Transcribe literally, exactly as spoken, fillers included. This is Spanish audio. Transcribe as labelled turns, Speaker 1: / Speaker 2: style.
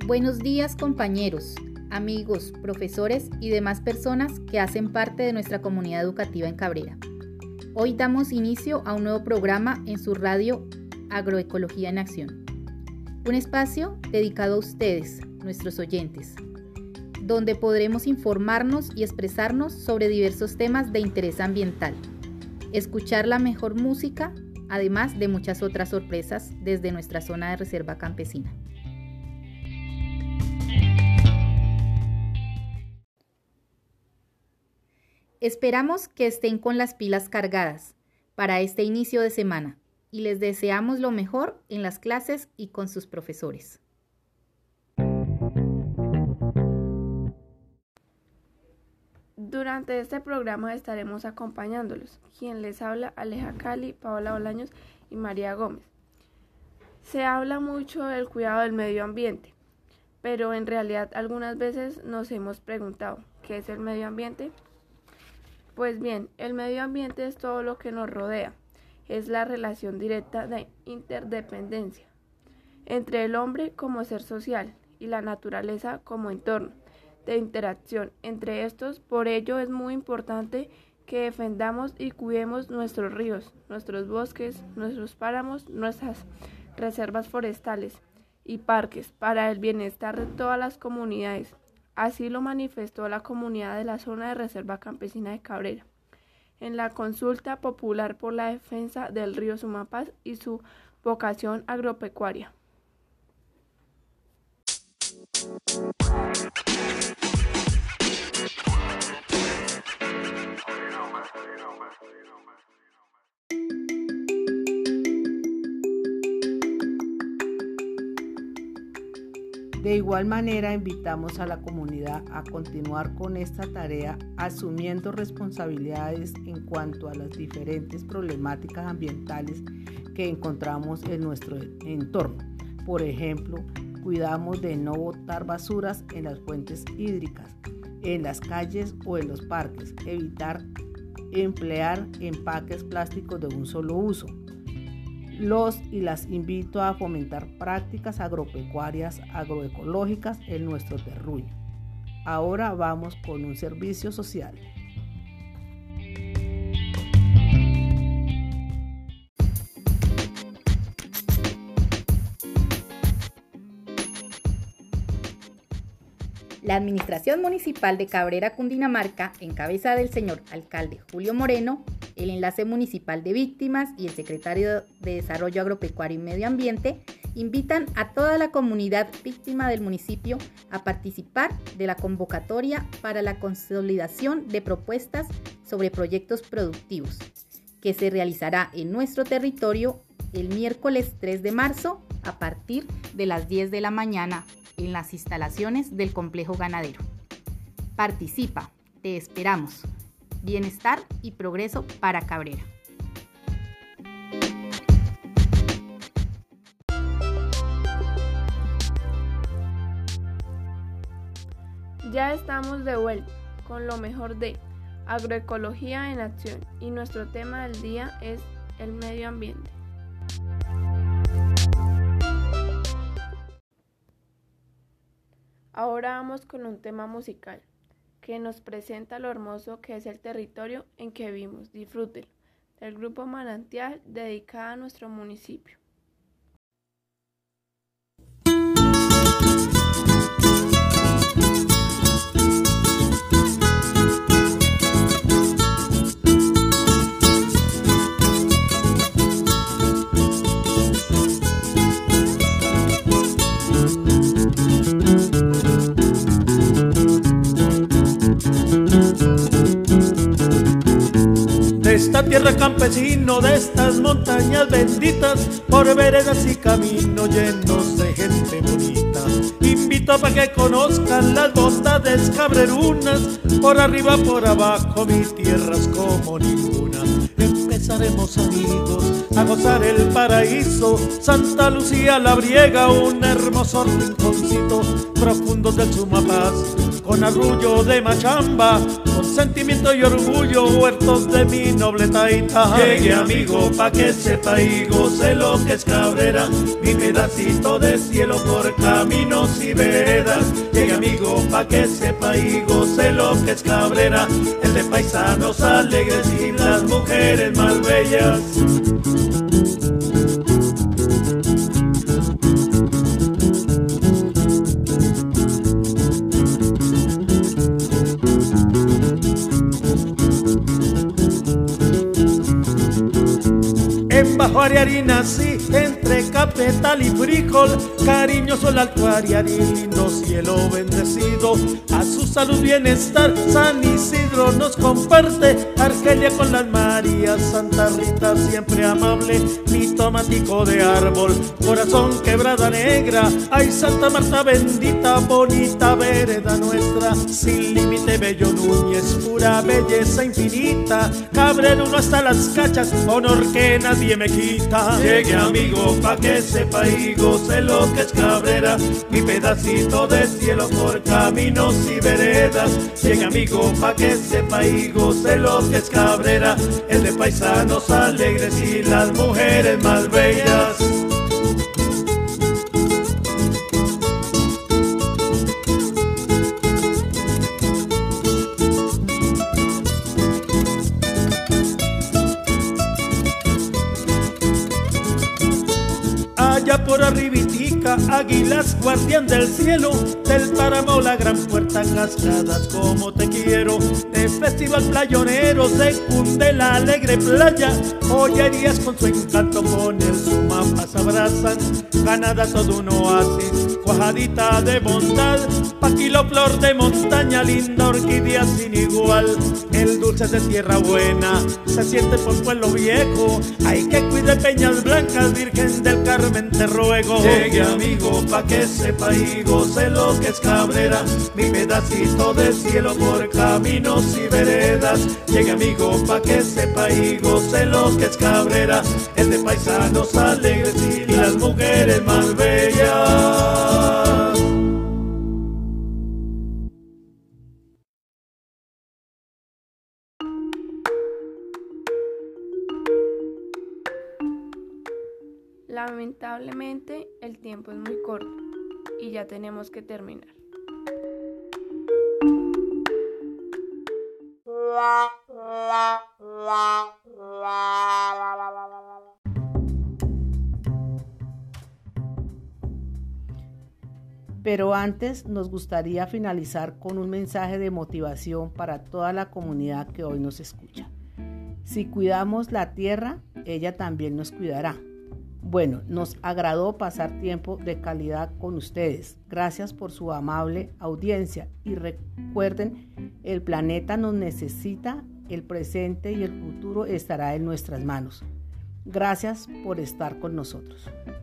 Speaker 1: Buenos días, compañeros, amigos, profesores y demás personas que hacen parte de nuestra comunidad educativa en Cabrera. Hoy damos inicio a un nuevo programa en su radio Agroecología en Acción. Un espacio dedicado a ustedes, nuestros oyentes, donde podremos informarnos y expresarnos sobre diversos temas de interés ambiental, escuchar la mejor música, además de muchas otras sorpresas desde nuestra zona de reserva campesina. Esperamos que estén con las pilas cargadas para este inicio de semana y les deseamos lo mejor en las clases y con sus profesores.
Speaker 2: Durante este programa estaremos acompañándolos. Quien les habla, Aleja Cali, Paola Bolaños y María Gómez. Se habla mucho del cuidado del medio ambiente, pero en realidad algunas veces nos hemos preguntado, ¿qué es el medio ambiente? Pues bien, el medio ambiente es todo lo que nos rodea, es la relación directa de interdependencia entre el hombre como ser social y la naturaleza como entorno de interacción entre estos. Por ello es muy importante que defendamos y cuidemos nuestros ríos, nuestros bosques, nuestros páramos, nuestras reservas forestales y parques para el bienestar de todas las comunidades. Así lo manifestó la comunidad de la zona de reserva campesina de Cabrera en la consulta popular por la defensa del río Sumapaz y su vocación agropecuaria.
Speaker 3: De igual manera, invitamos a la comunidad a continuar con esta tarea asumiendo responsabilidades en cuanto a las diferentes problemáticas ambientales que encontramos en nuestro entorno. Por ejemplo, cuidamos de no botar basuras en las fuentes hídricas, en las calles o en los parques, evitar emplear empaques plásticos de un solo uso. Los y las invito a fomentar prácticas agropecuarias agroecológicas en nuestro terruño. Ahora vamos con un servicio social.
Speaker 1: La Administración Municipal de Cabrera, Cundinamarca, en cabeza del señor alcalde Julio Moreno, el Enlace Municipal de Víctimas y el Secretario de Desarrollo Agropecuario y Medio Ambiente, invitan a toda la comunidad víctima del municipio a participar de la convocatoria para la consolidación de propuestas sobre proyectos productivos, que se realizará en nuestro territorio el miércoles tres de marzo a partir de las diez de la mañana en las instalaciones del complejo ganadero. Participa, te esperamos. Bienestar y progreso para Cabrera.
Speaker 2: Ya estamos de vuelta con lo mejor de Agroecología en Acción y nuestro tema del día es el medio ambiente. Ahora vamos con un tema musical que nos presenta lo hermoso que es el territorio en que vivimos. Disfrútenlo, del grupo Manantial, dedicada a nuestro municipio.
Speaker 4: De esta tierra campesino, de estas montañas benditas, por veredas y caminos llenos de gente bonita. Invito para que conozcan las bondades cabrerunas, por arriba, por abajo, mi tierra es como ninguna. Empezaremos amigos a gozar el paraíso, Santa Lucía la Briega, un hermoso rinconcito profundo del Sumapaz. con arrullo de machamba, con sentimiento y orgullo, huertos de mi noble taita. Llegue amigo pa' que sepa y goce lo que es Cabrera, mi pedacito de cielo por caminos y veredas. Llegue amigo pa' que sepa y goce lo que es Cabrera, el de paisanos alegres y las mujeres más bellas. En Bajo Ariari nací, entre capetal y frijol, cariñoso el Alto Ariari, lindo cielo bendecido. A su salud bienestar, San Isidro nos comparte, Argelia con las Marías, Santa Rita siempre amable, mi tomatico de árbol, corazón quebrada negra. Ay, Santa Marta bendita, bonita vereda nuestra, sin límite Bello Núñez, pura belleza infinita. Cabrero uno hasta las cachas, honor que nadie me quita. Llegue amigo pa' que sepa y goce lo que es Cabrera, mi pedacito de cielo por caminos y veredas. Llegue amigo pa' que sepa y goce lo que es Cabrera, el de paisanos alegres y las mujeres más bellas. Allá por arribitica, águilas, guardián del cielo, del páramo la gran puerta, cascadas como te quiero. De festival playonero se cunde la alegre playa, joyerías con su encanto, con el sumapas abrazan, ganada todo un oasis, cuajadita de bondad, paquilo flor de montaña, linda orquídea sin igual. El dulce de tierra buena se siente por pueblo viejo, hay que cuide peñas blancas, Virgen del Carmen te ruego. Llegue amigo pa' que sepa y goce lo que es Cabrera, mi pedacito de cielo por caminos y veredas. Llegue amigo pa' que sepa y goce lo que es Cabrera, el de paisanos alegres y las mujeres más bellas.
Speaker 2: Lamentablemente el tiempo es muy corto y ya tenemos que terminar.
Speaker 3: Pero antes nos gustaría finalizar con un mensaje de motivación para toda la comunidad que hoy nos escucha. Si cuidamos la tierra, ella también nos cuidará. Bueno, nos agradó pasar tiempo de calidad con ustedes. Gracias por su amable audiencia y recuerden, el planeta nos necesita, el presente y el futuro estará en nuestras manos. Gracias por estar con nosotros.